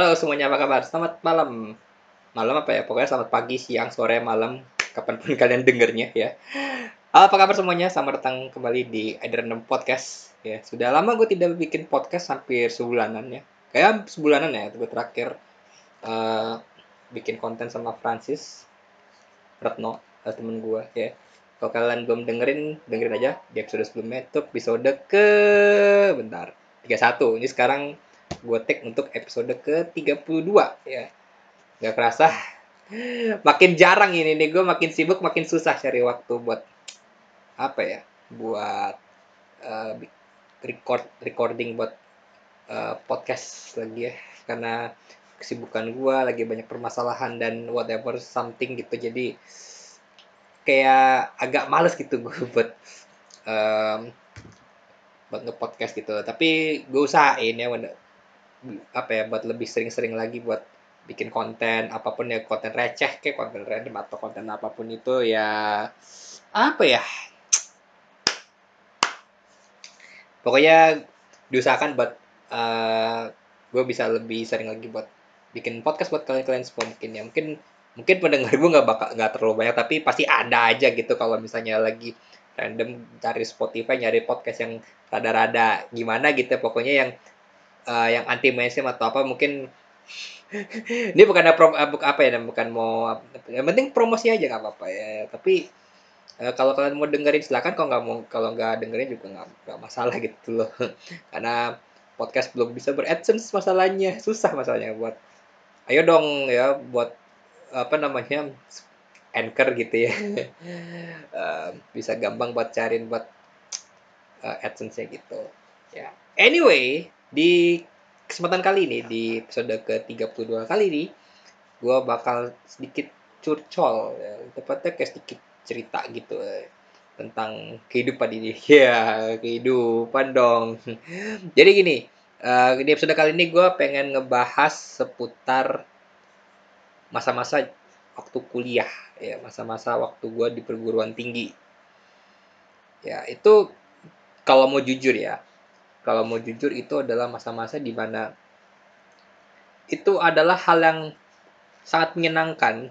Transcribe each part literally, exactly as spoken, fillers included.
Halo semuanya, apa kabar? Selamat malam. Malam apa ya? Pokoknya selamat pagi, siang, sore, malam, kapanpun kalian dengernya ya. Halo, apa kabar semuanya? Selamat datang kembali di Eder enam Podcast. Ya, sudah lama gue tidak bikin podcast, hampir sebulanan ya. Kayak sebulanan ya, gue terakhir eh, bikin konten sama Francis Retno, eh, temen gue ya. Kalau kalian belum dengerin, dengerin aja di episode sebelumnya. Itu episode ke... Bentar. tiga puluh satu. Ini sekarang gue take untuk episode ke tiga puluh dua ya. Gak kerasa makin jarang ini nih, gue makin sibuk, makin susah cari waktu buat apa ya, buat uh, record recording buat uh, podcast lagi ya, karena kesibukan gue lagi banyak permasalahan dan whatever something gitu, jadi kayak agak males gitu gue buat um, buat nge-podcast gitu. Tapi gue usahain ya, apa ya, buat lebih sering-sering lagi buat bikin konten apapun ya, konten receh kayak konten random atau konten apapun itu ya, apa ya, pokoknya diusahakan buat uh, gue bisa lebih sering lagi buat bikin podcast buat kalian-kalian semua. Mungkin ya, mungkin mungkin pendengar gue nggak bakal nggak terlalu banyak, tapi pasti ada aja gitu kalau misalnya lagi random cari Spotify nyari podcast yang rada-rada gimana gitu, pokoknya yang uh, yang anti mainstream atau apa. Mungkin ini bukan ada prom, uh, apa ya, bukan mau, yang penting promosi aja nggak apa-apa ya. Tapi uh, kalau kalian mau dengerin silakan, kalau nggak mau, kalau nggak dengerin juga nggak nggak masalah gitu loh. Karena podcast belum bisa ber-AdSense, masalahnya susah, masalahnya buat, ayo dong ya, buat apa namanya, Anchor gitu ya. Uh, bisa gampang buat cariin buat uh, AdSense-nya gitu ya. Anyway, di kesempatan kali ini, di episode ke tiga puluh dua kali ini, gue bakal sedikit curcol ya, tepatnya kayak sedikit cerita gitu ya, tentang kehidupan ini. Ya, kehidupan dong. Jadi gini, uh, di episode kali ini gue pengen ngebahas seputar masa-masa waktu kuliah ya, masa-masa waktu gue di perguruan tinggi. Ya, itu kalau mau jujur ya, kalau mau jujur itu adalah masa-masa di mana itu adalah hal yang sangat menyenangkan.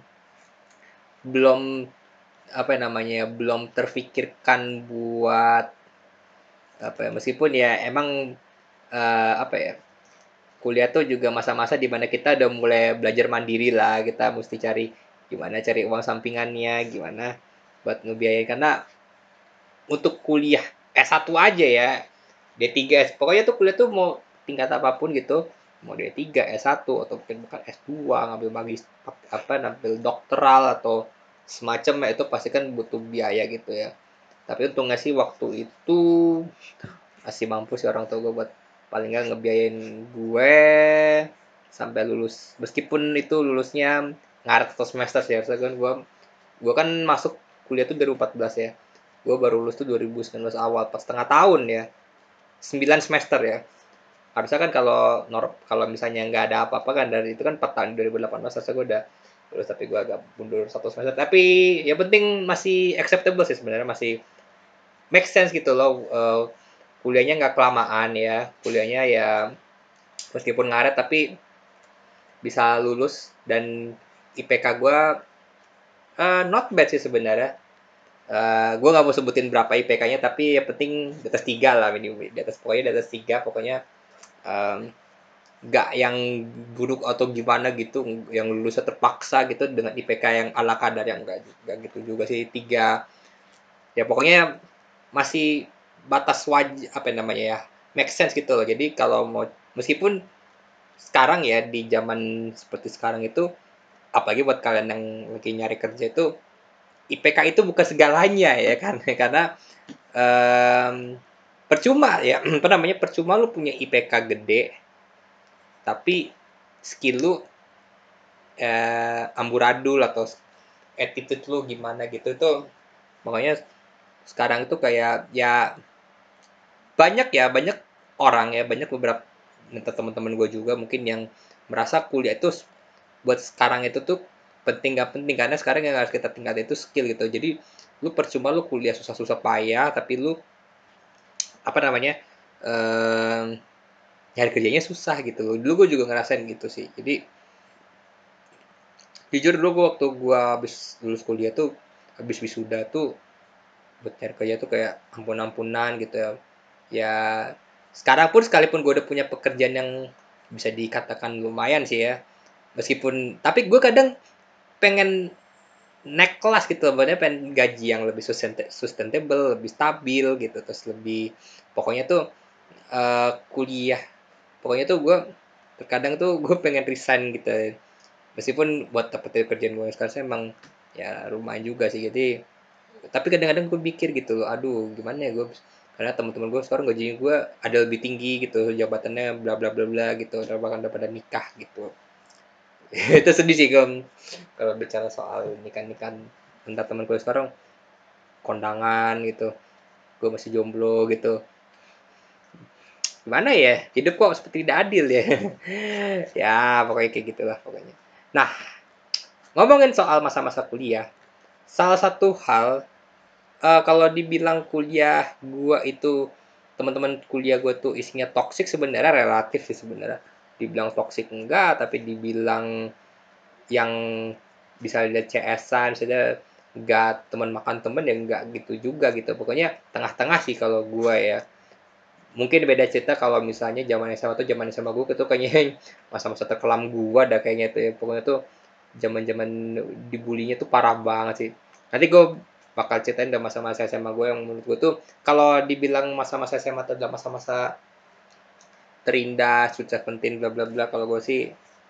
Belum, apa namanya, belum terfikirkan buat apa ya, meskipun ya emang uh, apa ya, kuliah tuh juga masa-masa di mana kita udah mulai belajar mandiri lah, kita mesti cari gimana cari uang sampingannya, gimana buat ngebiayain. Karena untuk kuliah S satu aja ya, D tiga, pokoknya tuh kuliah tuh mau tingkat apapun gitu, mau D tiga, S satu, atau mungkin bukan S dua, ngambil magis apa, ngambil doktoral atau semacam, itu pasti kan butuh biaya gitu ya. Tapi untungnya sih waktu itu masih mampu sih orang tua gue buat paling nggak ngebiayain gue sampai lulus, meskipun itu lulusnya ngaret atau semester sih. Harusnya kan gue gue kan masuk kuliah tuh dari empat belas ya, gue baru lulus tuh dua ribu sembilan belas awal, pas setengah tahun ya, sembilan semester ya. Harusnya kan kalau nor kalau misalnya nggak ada apa-apa kan dari itu kan empat tahun, dua ribu delapan belas harusnya gue udah lulus, tapi gue agak mundur satu semester. Tapi yang penting masih acceptable sih sebenarnya, masih make sense gitu loh. Uh, kuliahnya nggak kelamaan ya, kuliahnya ya meskipun ngaret tapi bisa lulus. Dan I P K gue uh, not bad sih sebenarnya. Uh, gue nggak mau sebutin berapa I P K-nya, tapi yang penting di atas tiga lah minimum, di atas, pokoknya di atas tiga, pokoknya um, nggak yang buruk atau gimana gitu, yang lulusnya terpaksa gitu dengan I P K yang ala kadar, yang enggak, enggak gitu juga sih, tiga ya, pokoknya masih batas wajib, apa namanya ya, make sense gitu loh. Jadi kalau mau, meskipun sekarang ya, di zaman seperti sekarang itu, apalagi buat kalian yang lagi nyari kerja itu, I P K itu bukan segalanya ya kan. Karena um, percuma ya, apa namanya, percuma lu punya I P K gede tapi skill lu eh, amburadul, atau attitude lu gimana gitu tuh. Makanya sekarang itu kayak ya, banyak ya, banyak orang ya, banyak beberapa teman-teman gue juga mungkin yang merasa kuliah itu buat sekarang itu tuh penting gak penting, karena sekarang yang harus kita tingkat itu skill gitu. Jadi lu percuma lu kuliah susah-susah payah, tapi lu apa namanya, um, nyari kerjanya susah gitu loh. Dulu gue juga ngerasain gitu sih. Jadi jujur dulu gue waktu gue habis lulus kuliah tuh, habis wisuda tuh, buat nyari kerja tuh kayak ampun-ampunan gitu ya. Ya sekarang pun sekalipun gue udah punya pekerjaan yang bisa dikatakan lumayan sih ya. Meskipun tapi gue kadang pengen naik kelas gitu loh, makanya pengen gaji yang lebih sustainable, lebih stabil gitu, terus lebih pokoknya tuh eh, kuliah, pokoknya tuh gue terkadang tuh gue pengen resign gitu, meskipun buat dapet kerjaan gue sekarang sih emang ya lumayan juga sih, jadi tapi kadang-kadang gue mikir gitu loh, aduh gimana ya gue, karena teman-teman gue sekarang gajinya gue ada lebih tinggi gitu, jabatannya bla bla bla bla gitu, bahkan udah pada nikah gitu. Itu sedih sih kalau kalau bicara soal nikah-nikahan, entah teman gue sekarang kondangan gitu, gue masih jomblo gitu, gimana ya, hidup kok seperti tidak adil ya. Ya pokoknya kayak gitulah pokoknya. Nah, ngomongin soal masa-masa kuliah, salah satu hal, eh, kalau dibilang kuliah gue itu, teman-teman kuliah gue tuh isinya toksik, sebenarnya relatif sih sebenarnya. Dibilang toksik enggak, tapi dibilang yang bisa lihat C S-an, misalnya nggak teman makan temen ya nggak gitu juga gitu. Pokoknya tengah-tengah sih kalau gue ya. Mungkin beda cerita kalau misalnya zaman S M A tuh, zaman S M A gue itu kayaknya masa-masa terkelam gue ada kayaknya tuh ya. Pokoknya tuh zaman-zaman dibulinya tuh parah banget sih. Nanti gue bakal ceritain dari masa-masa S M A gue yang menurut gue tuh, kalau dibilang masa-masa S M A itu adalah masa-masa terindah, sweet seventeen, bla bla bla. Kalau gue sih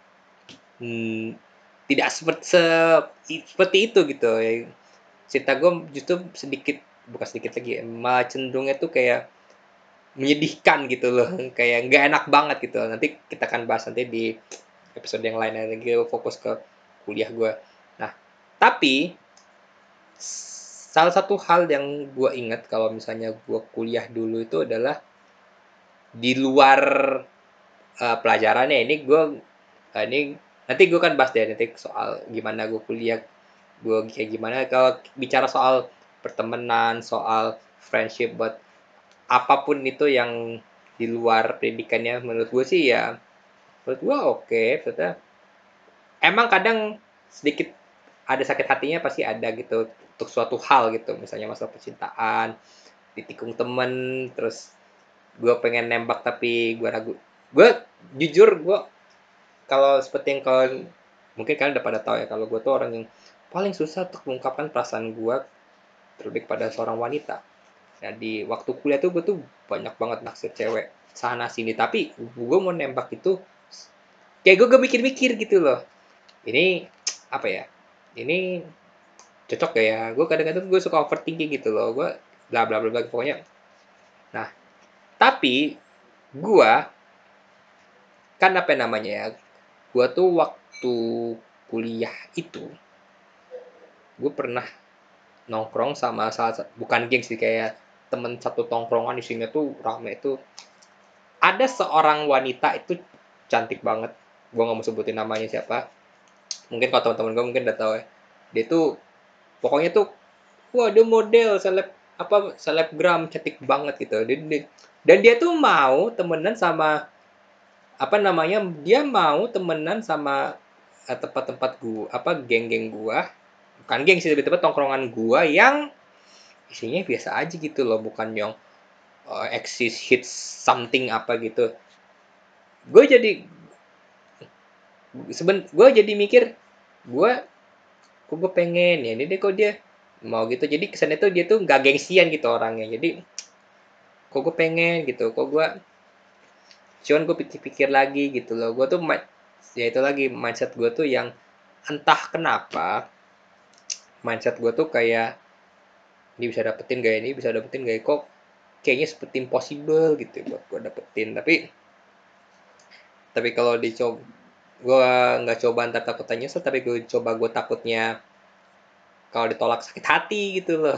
hmm, tidak seperti se, seperti itu gitu ya. Cerita gue justru sedikit, bukan sedikit lagi, malah cenderungnya tuh kayak menyedihkan gitu loh, kayak nggak enak banget gitu. Nanti kita akan bahas nanti di episode yang lain lagi, fokus ke kuliah gue. Nah, tapi salah satu hal yang gue ingat kalau misalnya gue kuliah dulu itu adalah di luar uh, pelajarannya, ini gue uh, ini nanti gue kan bahas deh nanti soal gimana gue kuliah, gue kayak gimana kalau bicara soal pertemanan, soal friendship, buat apapun itu yang di luar pendidikannya, menurut gue sih ya, menurut gue oke okay. Emang kadang sedikit ada sakit hatinya, pasti ada gitu untuk suatu hal gitu, misalnya masalah percintaan, ditikung temen, terus gue pengen nembak tapi gue ragu. Gue jujur, gue kalau seperti yang kalian mungkin kalian udah pada tahu ya, kalau gue tuh orang yang paling susah untuk mengungkapkan perasaan gue terlebih pada seorang wanita. Nah di waktu kuliah tuh gue tuh banyak banget naksir cewek sana sini, tapi gue mau nembak itu kayak gue gak mikir-mikir gitu loh, ini apa ya, ini cocok gak ya, gue kadang-kadang gue suka overthinking gitu loh, gue bla bla bla bla pokoknya. Nah tapi gue kan apa namanya ya, gue tuh waktu kuliah itu gue pernah nongkrong sama salah satu, bukan geng sih, kayak temen satu tongkrongan di sini tuh rame itu, ada seorang wanita itu cantik banget, gue nggak mau sebutin namanya siapa, mungkin kalau teman-teman gue mungkin udah tahu ya, dia tuh pokoknya tuh wah dia model seleb, apa selebgram cantik banget gitu, dan dia, dan dia tuh mau temenan sama apa namanya, dia mau temenan sama eh, tempat-tempat gua, apa geng-geng gua, bukan geng sih, lebih tepat tongkrongan gua yang isinya biasa aja gitu loh, bukan yang uh, exist hits something apa gitu. Gue jadi seben gue jadi mikir, gue kok gue pengen ya ini deh, kok dia mau gitu, jadi kesannya tuh dia tuh nggak gengsian gitu orangnya, jadi kok gue pengen gitu, kok gue cuman gue pikir-pikir lagi gitu loh, gue tuh ya itu lagi mindset gue tuh yang entah kenapa, mindset gue tuh kayak ini bisa dapetin gak, ini bisa dapetin gak, kok kayaknya seperti impossible gitu buat gue dapetin, tapi tapi kalau dicoba, gue nggak coba ntar takutnya nyesel, tapi gue coba, gue takutnya kalau ditolak sakit hati gitu loh.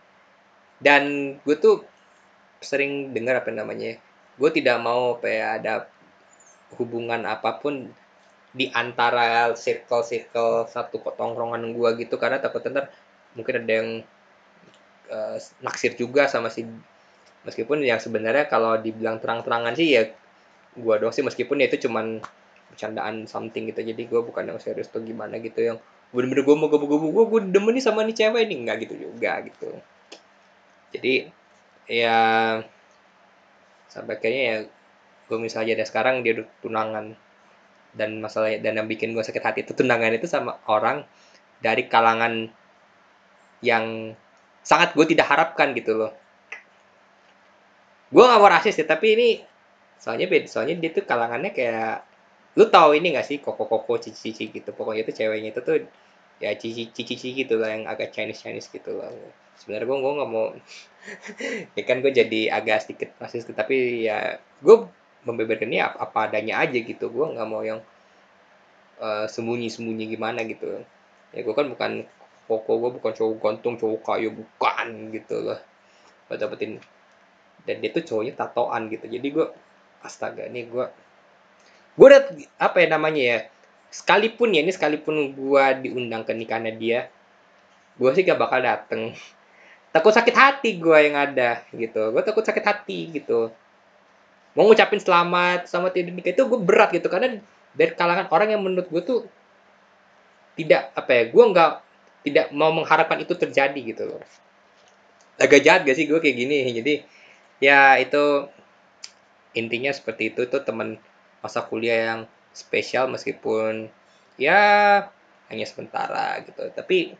Dan gue tuh sering dengar apa namanya, gue tidak mau apa ya, ada hubungan apapun di antara circle-circle satu tongkrongan gue gitu, karena takut ntar mungkin ada yang uh, naksir juga sama si, meskipun yang sebenarnya kalau dibilang terang-terangan sih ya gue doang sih, meskipun ya itu cuman bercandaan something gitu, jadi gue bukan yang serius tuh gimana gitu yang bener-bener gue mau gue gue gue gue demen nih sama nih cewek nih, nggak gitu juga gitu. Jadi ya sampai kayaknya ya gue misalnya ada sekarang dia udah tunangan, dan masalahnya dan yang bikin gue sakit hati itu tunangan itu sama orang dari kalangan yang sangat gue tidak harapkan gitu loh. Gue gak mau rasis ya, tapi ini soalnya beda, soalnya dia tuh kalangannya kayak, lu tahu ini gak sih, koko-koko cici-cici gitu, pokoknya itu ceweknya itu tuh ya cici-cici gitu lah, yang agak Chinese-Chinese gitu loh. Sebenarnya gue gue nggak mau ya kan, gue jadi agak sedikit rasis, tapi ya gue membeberkan ini apa, apa adanya aja gitu, gue nggak mau yang uh, sembunyi-sembunyi gimana gitu. Ya gue kan bukan koko, gue bukan cowok gantung, cowok kayu, bukan gitu loh. Gue dapetin, dan dia tuh cowoknya tatoan gitu, jadi gue astaga, ini gue gue udah apa ya namanya ya, sekalipun ya ini sekalipun gue diundang ke nikahnya dia, gue sih gak bakal dateng. Takut sakit hati gue yang ada gitu, gue takut sakit hati gitu, mau ngucapin selamat sama tidak nikah itu gue berat gitu, karena dari kalangan orang yang menurut gue tuh tidak apa ya, gue nggak tidak mau mengharapkan itu terjadi gitu loh. Agak jahat gak sih gue kayak gini, jadi ya itu intinya seperti itu. Tuh teman masa kuliah yang spesial, meskipun ya hanya sementara gitu, tapi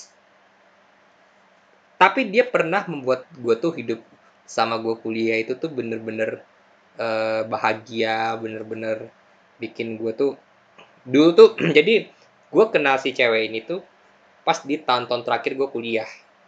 tapi dia pernah membuat gue tuh hidup sama gue kuliah itu tuh bener-bener eh, bahagia, bener-bener bikin gue tuh dulu tuh jadi gue kenal si cewek ini tuh pas di tahun-tahun terakhir gue kuliah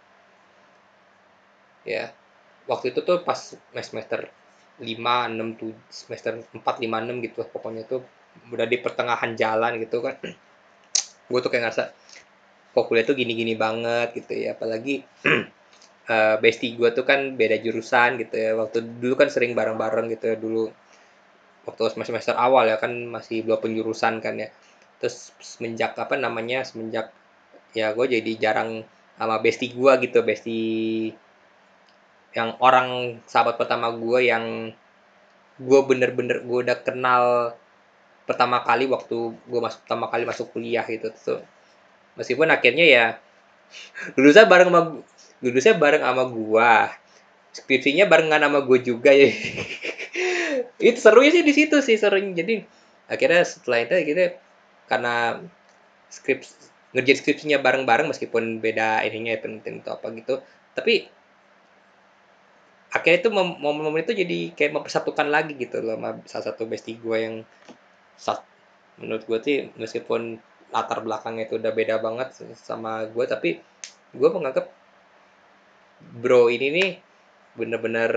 ya. Waktu itu tuh pas semester lima enam tuh, semester empat lima enam gitu lah, pokoknya tuh udah di pertengahan jalan gitu kan. Gue tuh kayak ngerasa kok kuliah tuh gini-gini banget gitu ya, apalagi uh, bestie gue tuh kan beda jurusan gitu ya. Waktu dulu kan sering bareng-bareng gitu ya dulu, waktu semester-semester awal ya kan, masih belum penjurusan kan ya. Terus semenjak apa namanya, semenjak ya gue jadi jarang sama bestie gue gitu, bestie yang orang sahabat pertama gue, yang gue bener-bener gue udah kenal pertama kali waktu gue masuk pertama kali masuk kuliah gitu tuh. Meskipun akhirnya ya lulusnya bareng sama lulusnya bareng sama gue, skripsinya barengan sama gue juga ya. Itu serunya sih di situ sih, serunya. Jadi akhirnya setelah itu gitu, karena skrips ngerjain skripsinya bareng-bareng, meskipun beda ininya ya, penting atau apa gitu, tapi akhirnya itu momen-momen itu jadi kayak mempersatukan lagi gitu loh sama salah satu bestie gue yang saat menurut gue sih, meskipun latar belakangnya itu udah beda banget sama gue, tapi gue menganggap bro ini nih bener-bener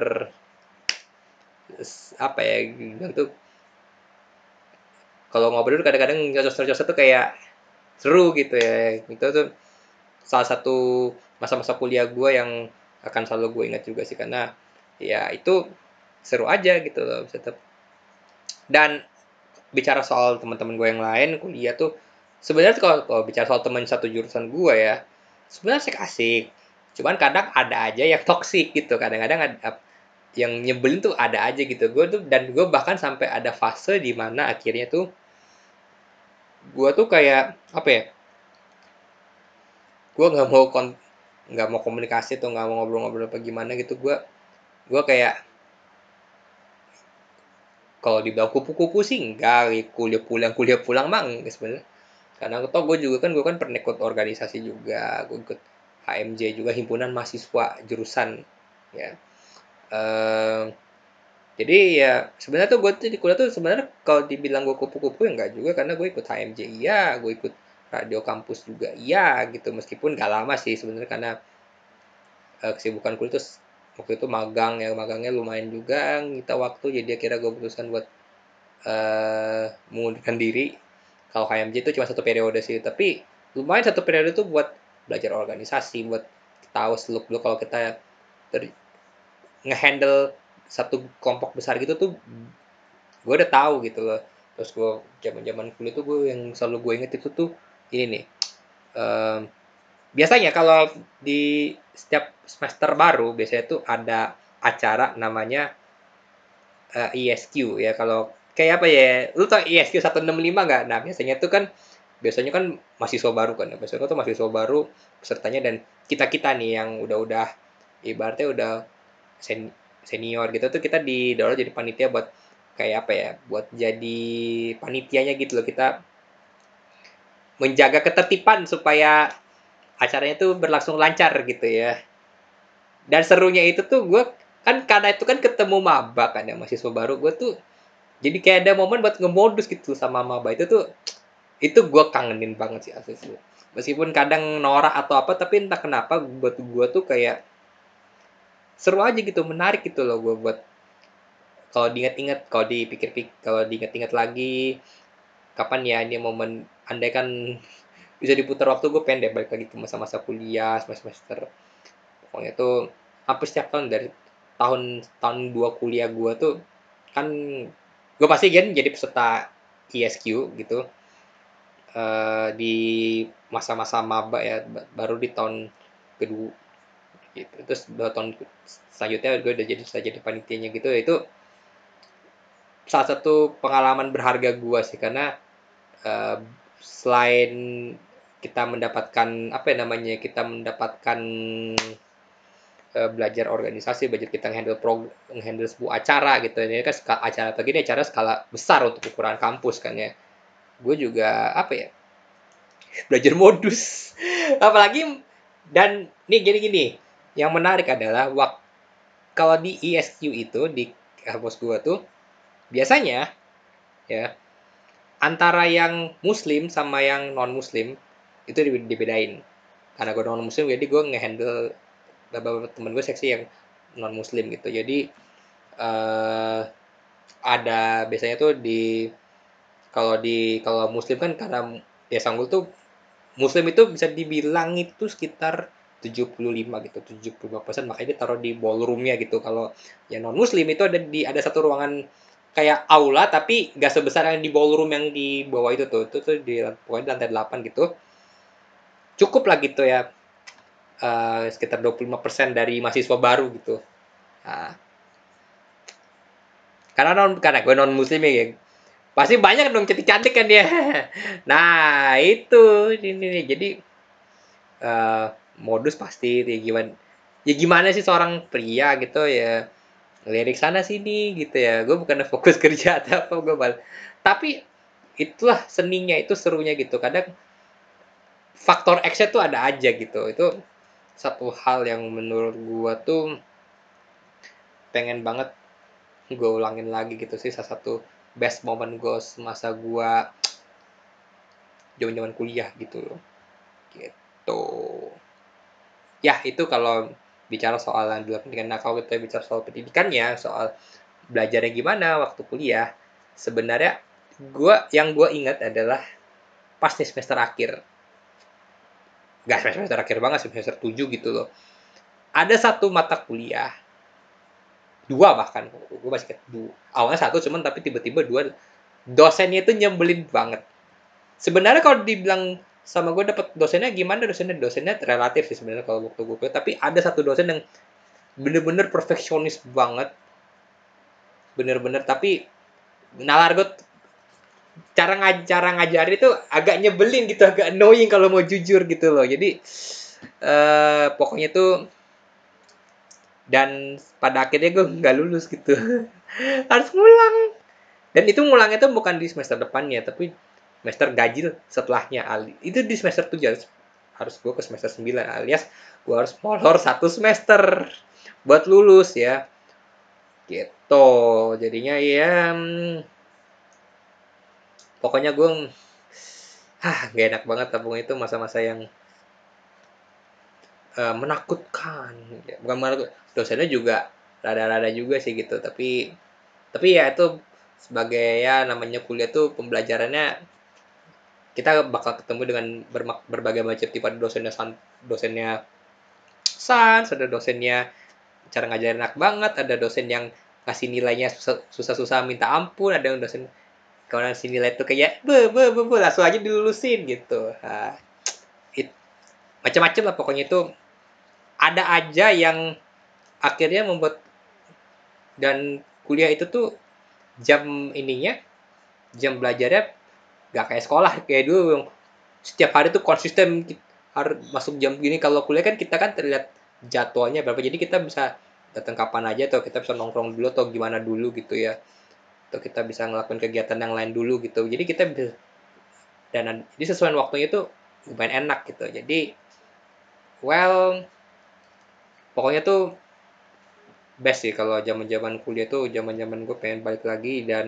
apa ya, bilang tuh kalau ngobrol kadang-kadang nyocos-nyocos tuh kayak seru gitu ya. Itu tuh salah satu masa-masa kuliah gue yang akan selalu gue ingat juga sih, karena ya itu seru aja gitu loh tetap. Dan bicara soal teman-teman gue yang lain kuliah tuh, sebenarnya kalau, kalau bicara soal teman satu jurusan gue ya, sebenarnya asik-asik, cuman kadang ada aja yang toksik gitu, kadang-kadang ada yang nyebelin tuh ada aja gitu. Gue tuh, dan gue bahkan sampai ada fase di mana akhirnya tuh gue tuh kayak apa ya, gue nggak mau kon nggak mau komunikasi tuh, nggak mau ngobrol-ngobrol apa gimana gitu. gue gue kayak kalau dibilang kupu-kupu sih enggak, kuliah pulang kuliah pulang mang sebenarnya, karena tau gue juga kan, gue kan pernah ikut organisasi juga, gue ikut H M J juga, himpunan mahasiswa jurusan ya. Ehm, jadi ya sebenarnya tuh gue tuh di kuliah tuh sebenarnya kalau dibilang gue kupu-kupu ya enggak juga, karena gue ikut H M J iya, gue ikut radio kampus juga iya gitu, meskipun gak lama sih sebenarnya, karena uh, kesibukan kuliah tuh waktu itu magang ya, magangnya lumayan juga kita waktu, jadi akhirnya gue putuskan buat uh, mengundurkan diri. Kalau H M J itu cuma satu periode sih, tapi lumayan satu periode tuh buat belajar organisasi, buat tahu seluk beluk kalau kita ter- ngehandle satu kelompok besar gitu tuh, gue udah tahu gitu loh. Terus gue zaman zaman kuliah tuh gue yang selalu gue inget itu tuh ini nih, um, biasanya kalau di setiap semester baru biasanya tuh ada acara namanya uh, I S Q ya, kalau kayak apa ya, lu tau I S Q seratus enam puluh lima nggak? Nah biasanya tuh kan biasanya kan mahasiswa baru kan ya, biasanya tuh mahasiswa baru pesertanya, dan kita kita nih yang udah-udah ibaratnya udah sen senior gitu tuh, kita didorong jadi panitia buat kayak apa ya, buat jadi panitianya gitu loh, kita menjaga ketertiban supaya acaranya tuh berlangsung lancar gitu ya. Dan serunya itu tuh gue kan karena itu kan ketemu maba kan ya, mahasiswa baru, gue tuh jadi kayak ada momen buat ngemodus gitu sama maba itu tuh, itu gue kangenin banget sih asli sih. Meskipun kadang norak atau apa, tapi entah kenapa buat gue tuh kayak seru aja gitu, menarik gitu loh gue buat kalau diingat-ingat, kalau dipikir-pikir, kalau diingat-ingat lagi kapan ya ini momen, andai kan bisa diputar waktu, gue pengen deh balik lagi ke masa-masa kuliah semester. Pokoknya tuh hampir setiap tahun dari tahun tahun dua kuliah gue tuh kan gue pasti kan jadi peserta I S Q gitu, eh, di masa-masa maba ya, baru di tahun kedua gitu. Terus dua tahun selanjutnya gue udah jadi bisa jadi panitianya gitu. Itu salah satu pengalaman berharga gue sih, karena eh, selain kita mendapatkan apa ya namanya, kita mendapatkan eh, belajar organisasi, belajar kita handle pro handle sebuah acara gitu. Ini kan ska- acara begini, acara skala besar untuk ukuran kampus kan ya. Gue juga apa ya, belajar modus. Apalagi, dan nih gini-gini, yang menarik adalah waktu kalau di I S Q itu di kampus gue tuh biasanya ya, antara yang muslim sama yang non muslim itu dibedain. Karena gue non muslim jadi gue ngehandle beberapa temen gue seksi yang non muslim gitu. Jadi eh, ada biasanya tuh di, kalau di kalau muslim kan karena ya Sanggul tuh muslim itu bisa dibilang itu sekitar tujuh puluh lima gitu, tujuh puluh lima persen, makanya dia taruh di ballroomnya gitu. Kalau yang non muslim itu ada di ada satu ruangan kayak aula, tapi gak sebesar yang di ballroom yang di bawah itu tuh. Itu tuh di pokoknya di lantai delapan gitu. Cukup lah gitu ya, eh, sekitar dua puluh lima persen dari mahasiswa baru gitu. Nah, karena non karena gue non muslim ya, geng. Pasti banyak dong cantik-cantik kan dia. Nah, itu ini nih. Jadi eh, modus pasti ya gimana, ya gimana sih seorang pria gitu ya lirik sana sini gitu ya, gue bukan fokus kerja atau apa, gue bal tapi itulah seninya, itu serunya gitu. Kadang faktor X-nya tuh ada aja gitu. Itu satu hal yang menurut gue tuh pengen banget gue ulangin lagi gitu sih, salah satu best moment gue semasa gue zaman zaman kuliah gitu loh, gitu. Ya itu kalau bicara soal yang di luar pendidikan. Nah kalau kita bicara soal pendidikannya, soal belajarnya gimana waktu kuliah, sebenarnya gua yang gue ingat adalah pas di semester akhir, gak semester, semester akhir banget, semester tujuh gitu loh, ada satu mata kuliah, dua bahkan, gue masih ingat, dua. Awalnya satu cuman tapi tiba-tiba dua, dosennya itu nyebelin banget. Sebenarnya kalau dibilang sama gue dapet dosennya gimana, dosennya dosennya relatif sih sebenarnya kalau waktu gue kuliah, tapi ada satu dosen yang bener-bener perfeksionis banget, bener-bener. Tapi nalar gue cara ngaj cara ngajarin itu agak nyebelin gitu, agak annoying kalau mau jujur gitu loh. Jadi eh pokoknya tuh, dan pada akhirnya gue nggak lulus gitu. Harus ngulang. Dan itu ngulangnya tuh bukan di semester depannya, tapi semester ganjil setelahnya. Itu di semester tujuh, harus, harus gue ke semester sembilan, alias gue harus molor satu semester buat lulus ya. Gitu. Jadinya ya hmm, pokoknya gue hah gak enak banget tabung itu, masa-masa yang eh, menakutkan. Ya, bukan menakut, dosennya juga rada-rada juga sih gitu, tapi tapi ya itu sebagai ya namanya kuliah tuh pembelajarannya, kita bakal ketemu dengan bermak- berbagai macam tipe dosennya. San, dosennya sans, ada dosennya cara ngajarin enak banget, ada dosen yang ngasih nilainya susah- susah-susah minta ampun, ada yang dosen kalau ngasih nilai itu kayak be be be, be langsung aja dilulusin gitu. Nah, it, macam-macam lah pokoknya itu ada aja yang akhirnya membuat, dan kuliah itu tuh jam ininya jam belajarnya nggak kayak sekolah kayak dulu yang setiap hari tuh konsisten harus masuk jam gini. Kalau kuliah kan kita kan terlihat jadwalnya berapa, jadi kita bisa datang kapan aja atau kita bisa nongkrong dulu atau gimana dulu gitu ya, atau kita bisa ngelakuin kegiatan yang lain dulu gitu, jadi kita bisa dan jadi sesuai waktunya itu lumayan enak gitu. Jadi well, pokoknya tuh best sih kalau zaman zaman kuliah tuh, zaman zaman gue pengen balik lagi. Dan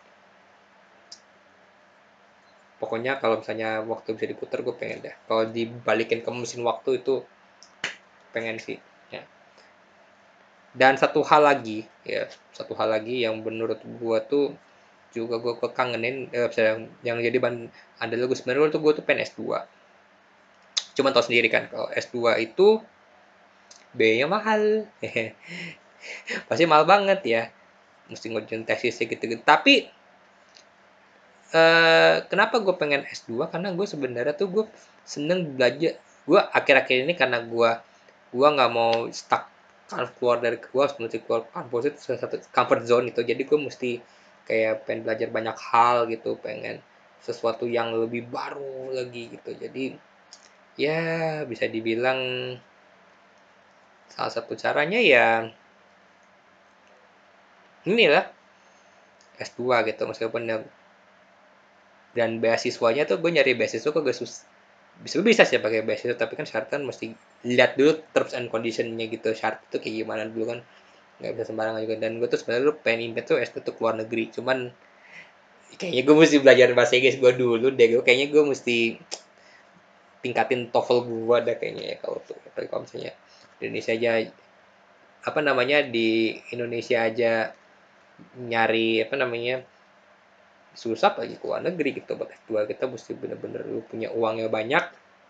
pokoknya kalau misalnya waktu bisa diputar gue pengen deh kalau dibalikin ke mesin waktu itu, pengen sih ya. Dan satu hal lagi ya, satu hal lagi yang menurut gue tuh juga gue kekangenin, eh, yang, yang jadi ban andal gue sebenarnya tuh, gue tuh pengen S dua. Cuman tau sendiri kan kalau S dua itu biayanya mahal. Pasti mahal banget ya, mesti ngurusin tesisnya gitu-gitu. Tapi eh, kenapa gue pengen S dua? Karena gue sebenarnya tuh gue seneng belajar. Gue akhir-akhir ini karena gue gue nggak mau stuck, harus keluar dari, gue harus mesti keluar kampus itu salah satu comfort zone itu. Jadi gue mesti kayak pengen belajar banyak hal gitu, pengen sesuatu yang lebih baru lagi gitu. Jadi ya bisa dibilang salah satu caranya ya inilah S dua gitu, meskipun ya, dan beasiswanya tuh gue nyari beasiswa kok gak sus bisa bisa sih pakai beasiswa, tapi kan syarat kan mesti lihat dulu terms and conditionnya gitu, syarat itu kayak gimana dulu kan, nggak bisa sembarangan juga. Dan gue tuh sebenarnya lu pengen impet tuh S dua tuh keluar negeri, cuman kayaknya gue mesti belajar bahasa Inggris gue dulu deh. Gue kayaknya gue mesti tingkatin TOEFL gue deh kayaknya ya, kalau tuh tapi kalau misalnya di Indonesia aja, apa namanya, di Indonesia aja nyari apa namanya susah lagi ke luar negeri gitu. Buat S dua kita mesti bener-bener lu punya uangnya banyak,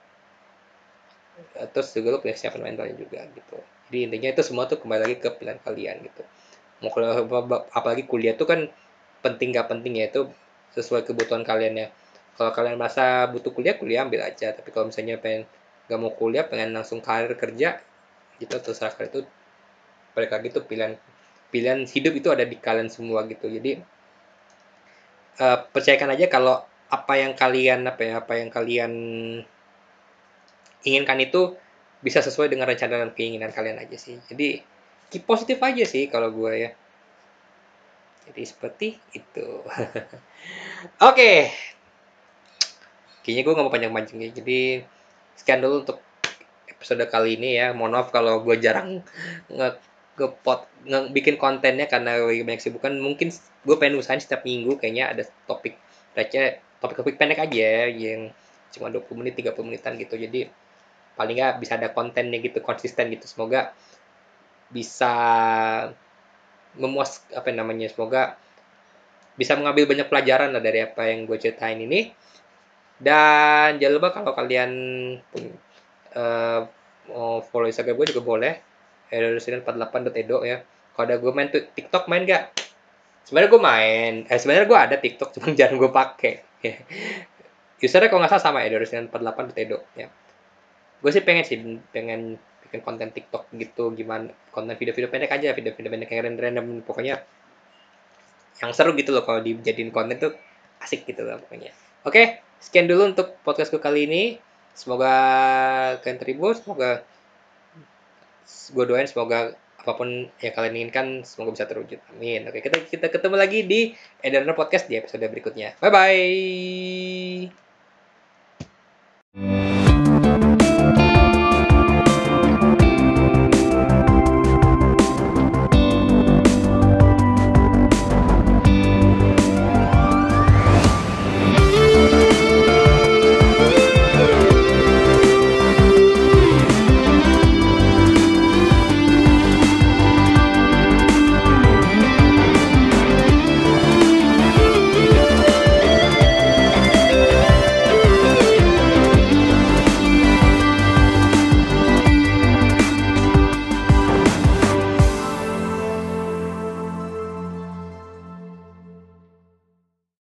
terus juga lu punya kesiapan mentalnya juga gitu. Jadi intinya itu semua tuh kembali lagi ke pilihan kalian gitu. Mau kuliah, apalagi kuliah tuh kan penting gak penting ya, itu sesuai kebutuhan kalian ya. Kalau kalian merasa butuh kuliah, kuliah ambil aja. Tapi kalau misalnya pengen gak mau kuliah, pengen langsung karir kerja gitu, terserah kalian. Itu balik lagi tuh pilihan pilihan hidup itu ada di kalian semua gitu. Jadi uh, percayakan aja kalau apa yang kalian apa ya apa yang kalian inginkan itu bisa sesuai dengan rencana dan keinginan kalian aja sih. Jadi keep positif aja sih kalau gue ya. Jadi seperti itu. Oke, okay. Kayaknya gue gak mau panjang-panjang ya. Jadi sekian dulu untuk episode kali ini ya. Mohon maaf kalau gue jarang nge ngepot nge bikin kontennya karena lagi banyak sibukan. Mungkin gue pengen usahain setiap minggu kayaknya ada topik receh, topik-topik pendek aja yang cuma dua puluh menit, tiga puluh menitan gitu. Jadi paling nggak bisa ada kontennya gitu, konsisten gitu. Semoga bisa memuas apa namanya, semoga bisa mengambil banyak pelajaran lah dari apa yang gue ceritain ini. Dan jangan lupa kalau kalian pun uh, mau follow Instagram gue juga boleh, edoresiden empat puluh delapan dot edo ya. Kalau ada gue main tuh TikTok, main gak? Sebenarnya gue main, eh sebenarnya gue ada TikTok cuma jarang gue pakai. Usernya kalau nggak salah sama edoresiden empat puluh delapan dot edo ya. Gue sih pengen sih pengen bikin konten TikTok gitu, gimana konten video-video pendek aja, video-video pendek yang random, pokoknya yang seru gitu loh kalau dijadiin konten tuh, asik gitu loh pokoknya. Oke, sekian dulu untuk podcastku kali ini. Semoga kalian terhibur, semoga gue doain semoga apapun yang kalian inginkan semoga bisa terwujud. Amin. Oke, kita kita ketemu lagi di Edarner Podcast di episode berikutnya. Bye bye.